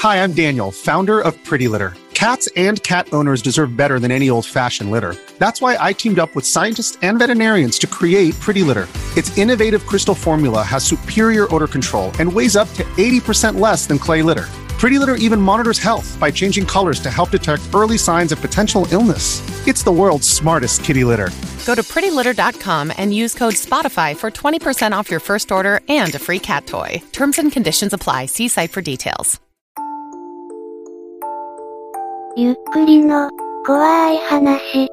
Hi, I'm Daniel, founder of Pretty Litter. Cats and cat owners deserve better than any old-fashioned litter. That's why I teamed up with scientists and veterinarians to create Pretty Litter. Its innovative crystal formula has superior odor control and weighs up to 80% less than clay litter. Pretty Litter even monitors health by changing colors to help detect early signs of potential illness. It's the world's smartest kitty litter. Go to prettylitter.com and use code SPOTIFY for 20% off your first order and a free cat toy. Terms and conditions apply. See site for details. ゆっくりの、怖い話。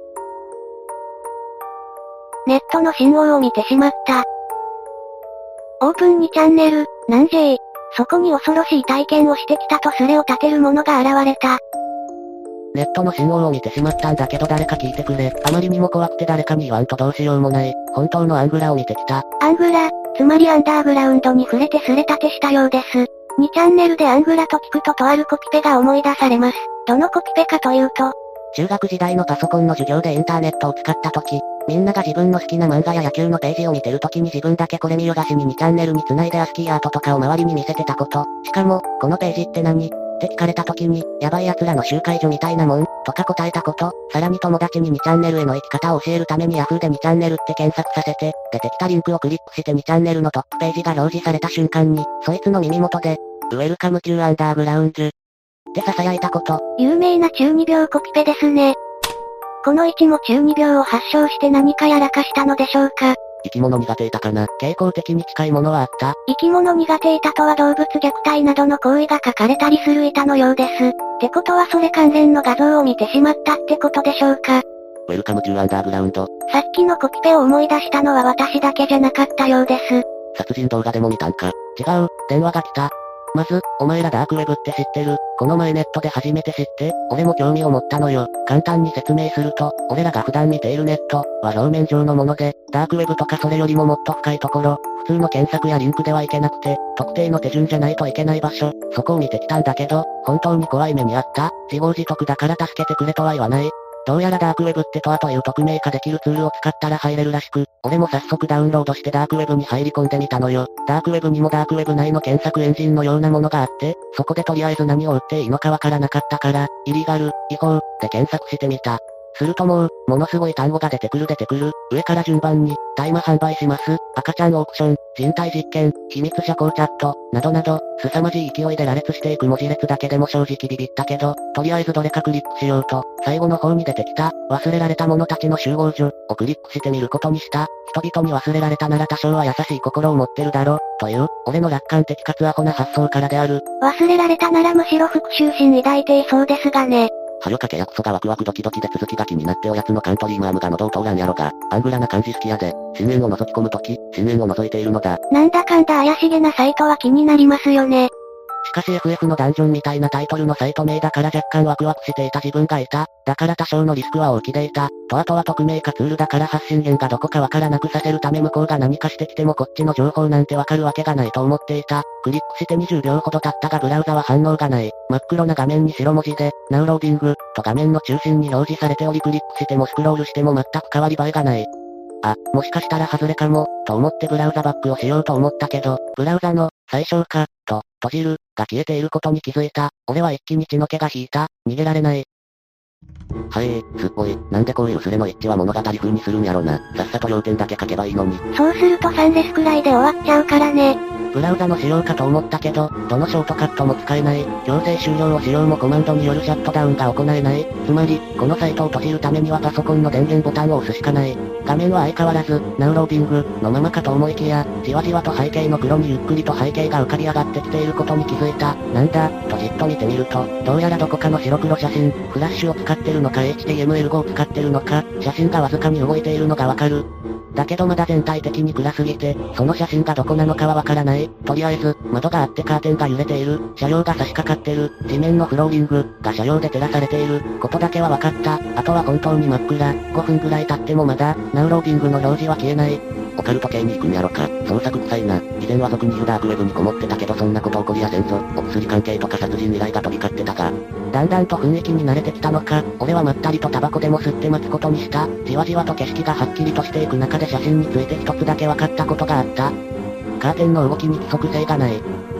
ネットの信号を見てしまった。オープン2チャンネル、なんじぇい。そこに恐ろしい体験をしてきたとスレを立てる者が現れた。 ネットの信号を見てしまったんだけど誰か聞いてくれ。あまりにも怖くて誰かに言わんとどうしようもない。本当のアングラを見てきた。 アングラ、つまりアンダーグラウンドに触れてスレ立てしたようです。2チャンネルでアングラと聞くととあるコピペが思い出されます。どのコピペかというと、 中学時代のパソコンの授業でインターネットを使った時、みんなが自分の好きな漫画や野球のページを見てる時に自分だけこれ見よがしに2チャンネルに繋いでアスキーアートとかを周りに見せてたこと。しかも、このページって何って聞かれた時に、やばい奴らの集会所みたいなもんとか答えたこと。さらに友達に2チャンネルへの生き方を教えるために Yahoo で2チャンネルって検索させて、出てきたリンクをクリックして2チャンネルのトップページが表示された瞬間に、そいつの耳元で、ウェルカムトゥアンダーグラウンドって囁いたこと。 有名な中二病コピペですね。この1も中二病を発症して何かやらかしたのでしょうか。 生き物苦手いたかな。傾向的に近いものはあった。 生き物苦手いたとは動物虐待などの行為が書かれたりする板のようです。ってことはそれ関連の画像を見てしまったってことでしょうか。 ウェルカムトゥアンダーグラウンド。 さっきのコピペを思い出したのは私だけじゃなかったようです。 殺人動画でも見たんか。違う、電話が来た。まず、お前らダークウェブって知ってる？この前ネットで初めて知って、俺も興味を持ったのよ。簡単に説明すると、俺らが普段見ているネットは表面上のもので、ダークウェブとかそれよりももっと深いところ、普通の検索やリンクではいけなくて、特定の手順じゃないといけない場所、そこを見てきたんだけど、本当に怖い目にあった。自業自得だから助けてくれとは言わない。どうやらダークウェブってとはという匿名化できるツールを使ったら入れるらしく、俺も早速ダウンロードしてダークウェブに入り込んでみたのよ。ダークウェブにもダークウェブ内の検索エンジンのようなものがあって、そこでとりあえず何を打っていいのかわからなかったから、イリガル、違法、で検索してみた。するとものすごい単語が出てくる。上から順番に、大麻販売します、赤ちゃんオークション、人体実験、秘密社交チャット、などなど、凄まじい勢いで羅列していく文字列だけでも正直ビビったけど、とりあえずどれかクリックしようと、最後の方に出てきた、忘れられた者たちの集合所、をクリックしてみることにした。人々に忘れられたなら多少は優しい心を持ってるだろ、という、俺の楽観的かつアホな発想からである。 忘れられたならむしろ復讐心抱いていそうですがね。 はよかけやクソがワクワクドキドキで続きが気になっておやつのカントリーマームが喉を通らんやろが、アングラな感じ好きやで、深淵を覗き込むとき、深淵を覗いているのだ。 なんだかんだ怪しげなサイトは気になりますよね。 しかし FF のダンジョンみたいなタイトルのサイト名だから若干ワクワクしていた自分がいた。だから多少のリスクは大きでいた。あとは匿名化ツールだから発信源がどこかわからなくさせるため向こうが何かしてきてもこっちの情報なんてわかるわけがないと思っていた。クリックして20秒ほど経ったがブラウザは反応がない。真っ黒な画面に白文字で、ナウローディング、と画面の中心に表示されておりクリックしてもスクロールしても全く変わり映えがない。あ、もしかしたら外れかも、と思ってブラウザバックをしようと思ったけど、ブラウザの、最小化、と、閉じる、が消えていることに気づいた。俺は一気に血の気が引いた。逃げられない。はい、すっごい。なんでこういうスレの一致は物語風にするんやろな。さっさと要点だけ書けばいいのに。 そうすると3レスくらいで終わっちゃうからね。 ブラウザの仕様かと思ったけど、どのショートカットも使えない。強制終了をしようもコマンドによるシャットダウンが行えない。つまり、このサイトを閉じるためにはパソコンの電源ボタンを押すしかない。画面は相変わらず、ナウローディングのままかと思いきや、じわじわと背景の黒にゆっくりと背景が浮かび上がってきていることに気づいた。なんだ、とじっと見てみると、どうやらどこかの白黒写真、フラッシュを使ってるのか HTML5 を使ってるのか、写真がわずかに動いているのがわかる。だけどまだ全体的に暗すぎて、その写真がどこなのかはわからない。とりあえず、窓があってカーテンが揺れている。車両が差し掛かってる。地面のフローリングが車両で照らされている。ことだけは分かった。あとは本当に真っ暗。5分ぐらい経ってもまだ、ナウローディングの表示は消えない。オカルト系に行くんやろか。創作臭いな。以前は俗に言うダークウェブにこもってたけどそんなこと起こりやせんぞ。お薬関係とか殺人依頼が飛び交ってたが。だんだんと雰囲気に慣れてきたのか、俺はまったりとタバコでも吸って待つことにした。じわじわと景色がはっきりとしていく中で写真について一つだけ分かったことがあった。カーテンの動きに規則性がない。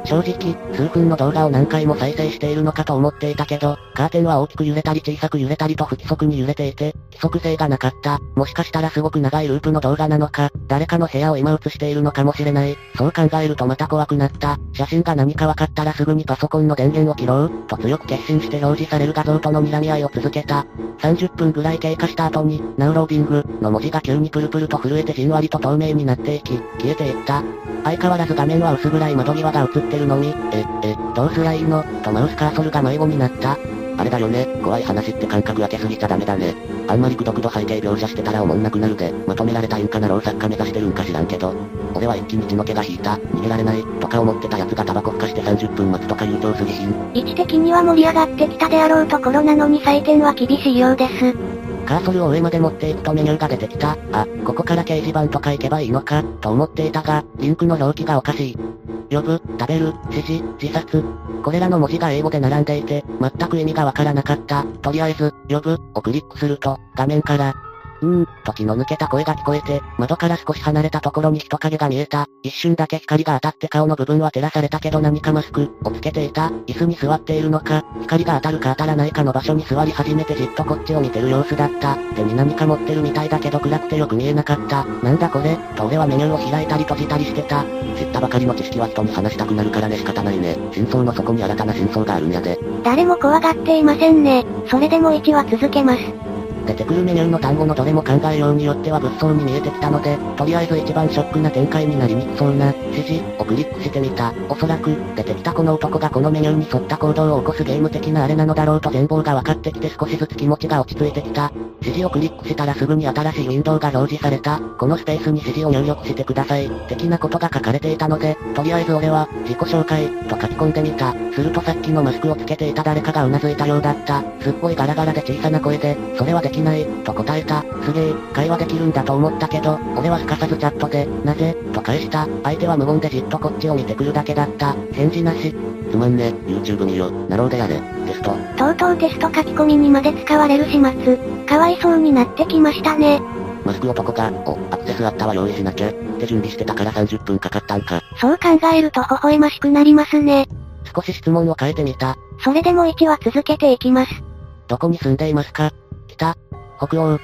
正直、数分の動画を何回も再生しているのかと思っていたけど、カーテンは大きく揺れたり小さく揺れたりと不規則に揺れていて、規則性がなかった。もしかしたらすごく長いループの動画なのか、誰かの部屋を今映しているのかもしれない。そう考えるとまた怖くなった。写真が何か分かったらすぐにパソコンの電源を切ろう、と強く決心して表示される画像との睨み合いを続けた。30分ぐらい経過した後に、ナウローディングの文字が急にプルプルと震えてじんわりと透明になっていき、消えていった。相変わらず画面は薄暗い窓際が映ってるのに、どうすりゃいいのとマウスカーソルが迷子になった。あれだよね、怖い話って感覚開けすぎちゃダメだね。あんまりくどくど背景描写してたらおもんなくなるで、まとめられたインカな老作家目指してるんか知らんけど、俺は一気に血の気が引いた、逃げられない、とか思ってたやつがタバコふかして30分待つとか悠長すぎひん。 位置的には盛り上がってきたであろうところなのに採点は厳しいようです。 カーソルを上まで持っていくとメニューが出てきた。あ、ここから掲示板とか行けばいいのか、と思っていたが、リンクの表記がおかしい。呼ぶ、食べる、指示、自殺。これらの文字が英語で並んでいて、全く意味がわからなかった。とりあえず、呼ぶ、をクリックすると、画面から、と気の抜けた声が聞こえて、窓から少し離れたところに人影が見えた。一瞬だけ光が当たって顔の部分は照らされたけど何かマスクをつけていた。椅子に座っているのか、光が当たるか当たらないかの場所に座り始めてじっとこっちを見てる様子だった。手に何か持ってるみたいだけど暗くてよく見えなかった。なんだこれ、と俺はメニューを開いたり閉じたりしてた。知ったばかりの知識は人に話したくなるからね仕方ないね。真相の底に新たな真相があるんやで。 誰も怖がっていませんね。それでも1は続けます。 出てくるメニューの単語のどれも考えようによっては物騒に見えてきたので、とりあえず一番ショックな展開になりにくそうな、指示をクリックしてみた。おそらく、出てきたこの男がこのメニューに沿った行動を起こすゲーム的なあれなのだろうと全貌が分かってきて少しずつ気持ちが落ち着いてきた。指示をクリックしたらすぐに新しいウィンドウが表示された。このスペースに指示を入力してください。的なことが書かれていたので、とりあえず俺は、自己紹介、と書き込んでみた。するとさっきのマスクをつけていた誰かが頷いたようだった。すっごいガラガラで小さな声で、それはできない、と答えた。すげえ、会話できるんだと思ったけど、俺はすかさずチャットで、なぜ、と返した。相手は無言でじっとこっちを見てくるだけだった。返事なし。つまんね、YouTube 見よ、ナローでやれ、テスト。 とうとうテスト書き込みにまで使われる始末。かわいそうになってきましたね。 マスク男か、アクセスあったわ用意しなきゃ、って準備してたから30分かかったんか。 そう考えると微笑ましくなりますね。 少し質問を変えてみた。 それでも1は続けていきます。 どこに住んでいますか？北、北欧。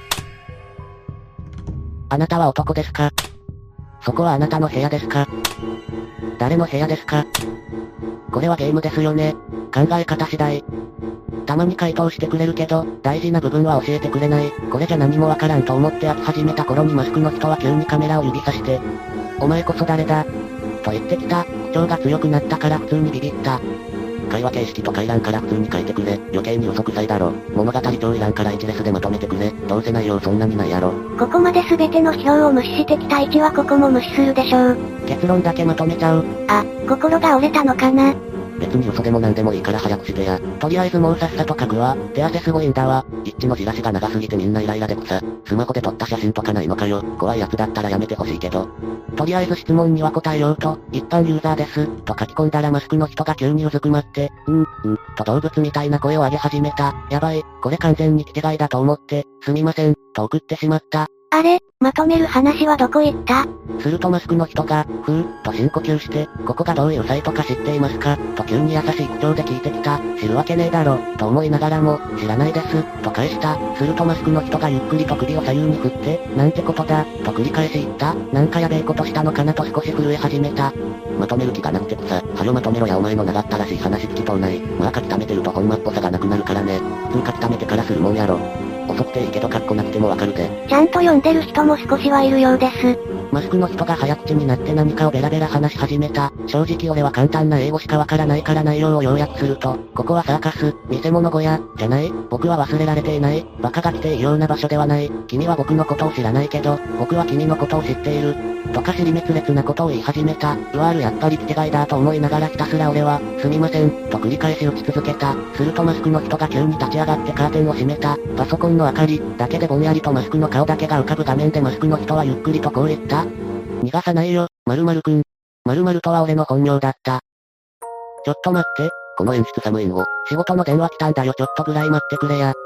あなたは男ですか？そこはあなたの部屋ですか？誰の部屋ですか？これはゲームですよね。考え方次第。たまに回答してくれるけど、大事な部分は教えてくれない。これじゃ何もわからんと思って飽き始めた頃にマスクの人は急にカメラを指さして、お前こそ誰だ？と言ってきた。口調が強くなったから普通にビビった。会話形式とかいらんから普通に書いてくれ。余計に嘘くさいだろ。物語上いらんから1レスでまとめてくれ。どうせ内容そんなにないやろ。 ここまで全ての批評を無視してきた1はここも無視するでしょう。 結論だけまとめちゃう。 あ、心が折れたのかな。 別に嘘でも何でもいいから早くしてや。とりあえずもうさっさと書くわ。手汗すごいんだわ。一致のじらしが長すぎてみんなイライラで草。スマホで撮った写真とかないのかよ。怖いやつだったらやめてほしいけど。とりあえず質問には答えようと、一般ユーザーです、と書き込んだらマスクの人が急にうずくまって、と動物みたいな声を上げ始めた。やばい、これ完全に気違いだと思って、すみません、と送ってしまった。 あれ、まとめる話はどこ行った？ するとマスクの人が、ふー、と深呼吸して、ここがどういうサイトか知っていますか？と急に優しい口調で聞いてきた。知るわけねえだろ、と思いながらも、知らないです、と返した。するとマスクの人がゆっくりと首を左右に振って、なんてことだ、と繰り返し言った。なんかやべえことしたのかなと少し震え始めた。まとめる気がなくて草。はよまとめろやお前の長ったらしい話聞きとうない。まあ書き溜めてるとほんまっぽさがなくなるからね。普通書き溜めてからするもんやろ。遅くていいけどカッコなくてもわかるで。 ちゃんと読んでる人も少しはいるようです。 マスクの人が早口になって何かをベラベラ話し始めた。正直俺は簡単な英語しかわからないから内容を要約すると、ここはサーカス、見せ物小屋、じゃない？僕は忘れられていない。バカが来ていいような場所ではない。君は僕のことを知らないけど、僕は君のことを知っている。とか尻滅裂なことを言い始めた。うわーるやっぱり気違いだと思いながらひたすら俺は、すみません、と繰り返し打ち続けた。するとマスクの人が急に立ち上がってカーテンを閉めた。パソコンの明かり、だけでぼんやりとマスクの顔だけが浮かぶ画面でマスクの人はゆっくりとこう言った。逃がさないよ、〇〇くん。〇〇とは俺の本名だった。ちょっと待って、この演出寒いんを、仕事の電話来たんだよちょっとぐらい待ってくれや。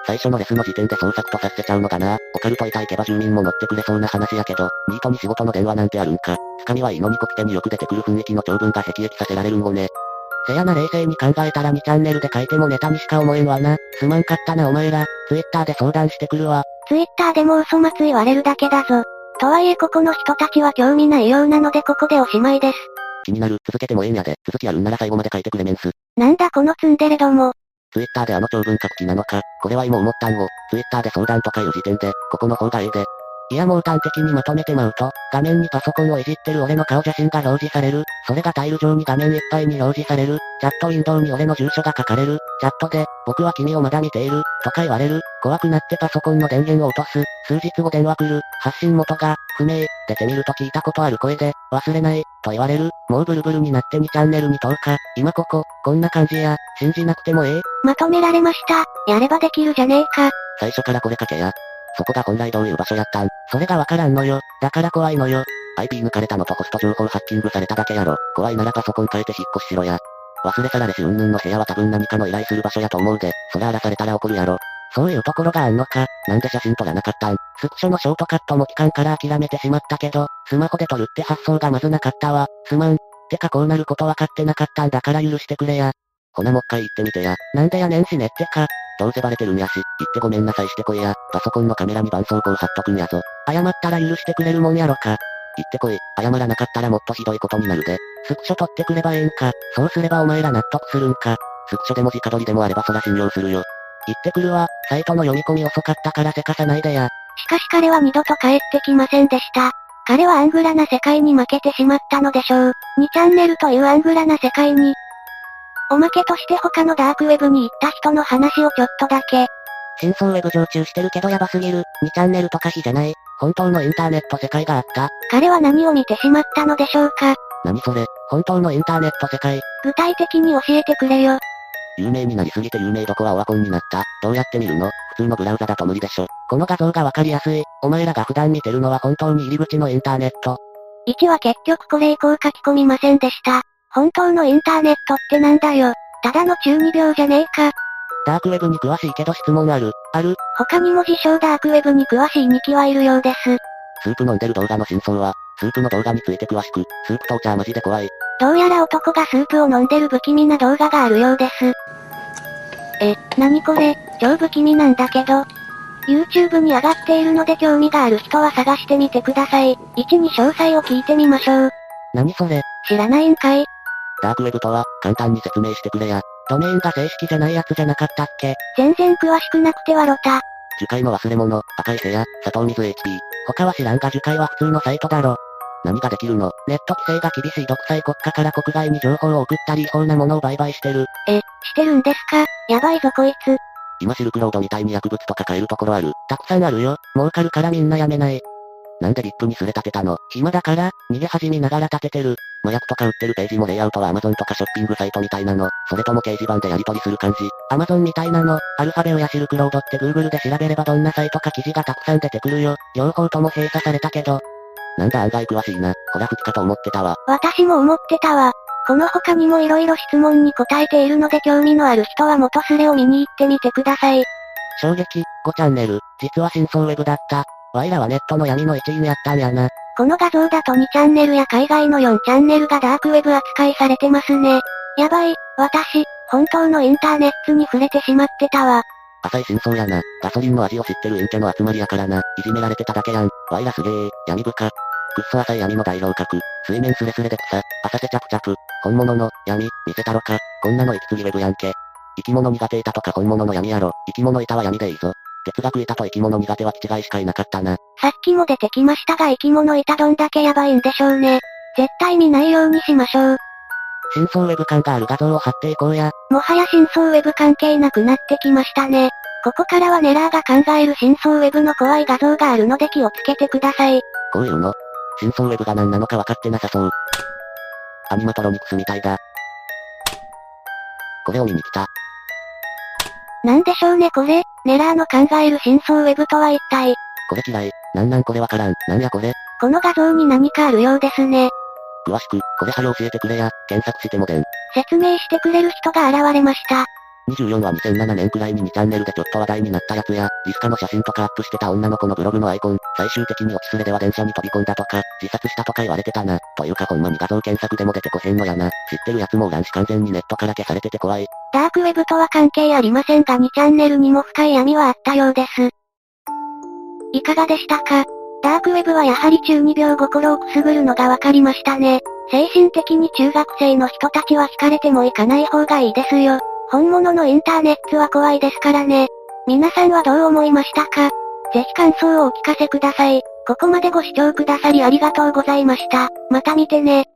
最初のレスの時点で捜索とさせちゃうのかな。オカルトいたいけば住民も乗ってくれそうな話やけど、ニートに仕事の電話なんてあるんか。つかみはいいのにコピペによく出てくる雰囲気の長文が辟易させられるんごね。せやな冷静に考えたら2チャンネルで書いてもネタにしか思えんわな。すまんかったなお前ら。ツイッターで相談してくるわ。 ツイッターでも嘘まつ言われるだけだぞ。とはいえここの人たちは興味ないようなのでここでおしまいです。 気になる。続けてもええんやで。続きあるんなら最後まで書いてくれメンス。 なんだこのツンデレども。 ツイッターであの長文書く気なのか。これは今思ったんを。ツイッターで相談とかいう時点で、ここの方がええで。いやもう端的にまとめてまうと、画面にパソコンをいじってる俺の顔写真が表示される。それがタイル上に画面いっぱいに表示される。チャットウィンドウに俺の住所が書かれる。チャットで、僕は君をまだ見ている。とか言われる。怖くなってパソコンの電源を落とす。数日後電話来る。発信元が、不明。出てみると聞いたことある声で、忘れない。と言われる。もうブルブルになって2チャンネルに投下。今ここ、こんな感じや。信じなくてもええ。 まとめられました。やればできるじゃねえか。 最初からこれ書けや。そこが本来どういう場所やったん。それがわからんのよ。だから怖いのよ。IP 抜かれたのとホスト情報ハッキングされただけやろ。怖いならパソコン変えて引っ越ししろや。忘れ去られし云々の部屋は多分何かの依頼する場所やと思うで、それ荒らされたら怒るやろ。そういうところがあんのか。なんで写真撮らなかったん。スクショのショートカットも期間から諦めてしまったけど、スマホで撮るって発想がまずなかったわ。すまん。てかこうなること分かってなかったんだから許してくれや。ほなもっかい言ってみてや。なんでやねんしねってか。どうせバレてるんやし、言ってごめんなさいしてこいや。パソコンのカメラに絆創膏貼っとくんやぞ。謝ったら許してくれるもんやろか。言ってこい。謝らなかったらもっとひどいことになるで。スクショ撮ってくればええんか。そうすればお前ら納得するんか。スクショでも直撮りでもあればそら信用するよ。言ってくるわ。サイトの読み込み遅かったからせかさないでや。 しかし彼は二度と帰ってきませんでした。彼はアングラな世界に負けてしまったのでしょう。2チャンネルというアングラな世界に。おまけとして他のダークウェブに行った人の話をちょっとだけ。 真相ウェブ常駐してるけどやばすぎる。2チャンネルとか非じゃない。本当のインターネット世界があった。 彼は何を見てしまったのでしょうか。 何それ、本当のインターネット世界。 具体的に教えてくれよ。 有名になりすぎて有名どこはオワコンになった。どうやって見るの？普通のブラウザだと無理でしょ。この画像がわかりやすい。お前らが普段見てるのは本当に入り口のインターネット。 1は結局これ以降書き込みませんでした。本当のインターネットってなんだよ。ただの中二病じゃねえか。 ダークウェブに詳しいけど質問ある。 他にも自称ダークウェブに詳しい2期はいるようです。 スープ飲んでる動画の真相は、スープの動画について詳しく、スープとお茶はマジで怖い。 どうやら男がスープを飲んでる不気味な動画があるようです。何これ、超不気味なんだけど。YouTube に上がっているので興味がある人は探してみてください。1に詳細を聞いてみましょう。 何それ？ 知らないんかい？ ダークウェブとは、簡単に説明してくれや。ドメインが正式じゃないやつじゃなかったっけ？ 全然詳しくなくてはロタ。 樹海の忘れ物、赤い部屋、砂糖水 HP。他は知らんが樹海は普通のサイトだろ。何ができるの？ネット規制が厳しい独裁国家から国外に情報を送ったり違法なものを売買してる。 してるんですか？やばいぞこいつ。 今シルクロードみたいに薬物とか買えるところある。たくさんあるよ。儲かるからみんなやめない。なんでリップにすれ立てたの？暇だから、逃げ始めながら立ててる。麻薬とか売ってるページもレイアウトは Amazon とかショッピングサイトみたいなの。それとも掲示板でやり取りする感じ。Amazon みたいなの。アルファベオやシルクロードって Google で調べればどんなサイトか記事がたくさん出てくるよ。両方とも閉鎖されたけど。なんだ案外詳しいな。ほら好きかと思ってたわ。 私も思ってたわ。この他にも色々質問に答えているので興味のある人は元スレを見に行ってみてください。 衝撃、5チャンネル、実は真相ウェブだった。ワイらはネットの闇の一員やったんやな。 この画像だと2チャンネルや海外の4チャンネルがダークウェブ扱いされてますね。やばい、私、本当のインターネットに触れてしまってたわ。 浅い真相やな。ガソリンの味を知ってる陰キャの集まりやからな。いじめられてただけやん。ワイらすげー、闇深。くっそ浅い闇の大楼閣。水面スレスレで草。浅瀬チャプチャプ。本物の、闇、見せたろか。こんなの行き過ぎウェブやんけ。生き物苦手いたとか本物の闇やろ。生き物いたは闇でいいぞ。哲学いたと生き物苦手は気違いしかいなかったな。 さっきも出てきましたが生き物いたどんだけやばいんでしょうね。絶対見ないようにしましょう。 真相ウェブ感がある画像を貼っていこうや。 もはや真相ウェブ関係なくなってきましたね。ここからはネラーが考える真相ウェブの怖い画像があるので気をつけてください。 こういうの？真相ウェブが何なのか分かってなさそう。アニマトロニクスみたいだ。これを見に来た。 なんでしょうねこれ、ネラーの考える真相ウェブとは一体。 これ嫌い。なんこれわからん。なんやこれ。 この画像に何かあるようですね。 詳しく、これはよ教えてくれや。検索してもでん。 説明してくれる人が現れました。 24は2007年くらいに2チャンネルでちょっと話題になったやつや、リスカの写真とかアップしてた女の子のブログのアイコン、最終的に落ちすれでは電車に飛び込んだとか、自殺したとか言われてたな。というかほんまに画像検索でも出てこへんのやな。知ってるやつもおらんし完全にネットから消されてて怖い。 ダークウェブとは関係ありませんが2チャンネルにも深い闇はあったようです。いかがでしたか？ダークウェブはやはり中二病心をくすぐるのがわかりましたね。精神的に中学生の人たちは惹かれてもいかない方がいいですよ。本物のインターネットは怖いですからね。皆さんはどう思いましたか？ぜひ感想をお聞かせください。ここまでご視聴くださりありがとうございました。また見てね。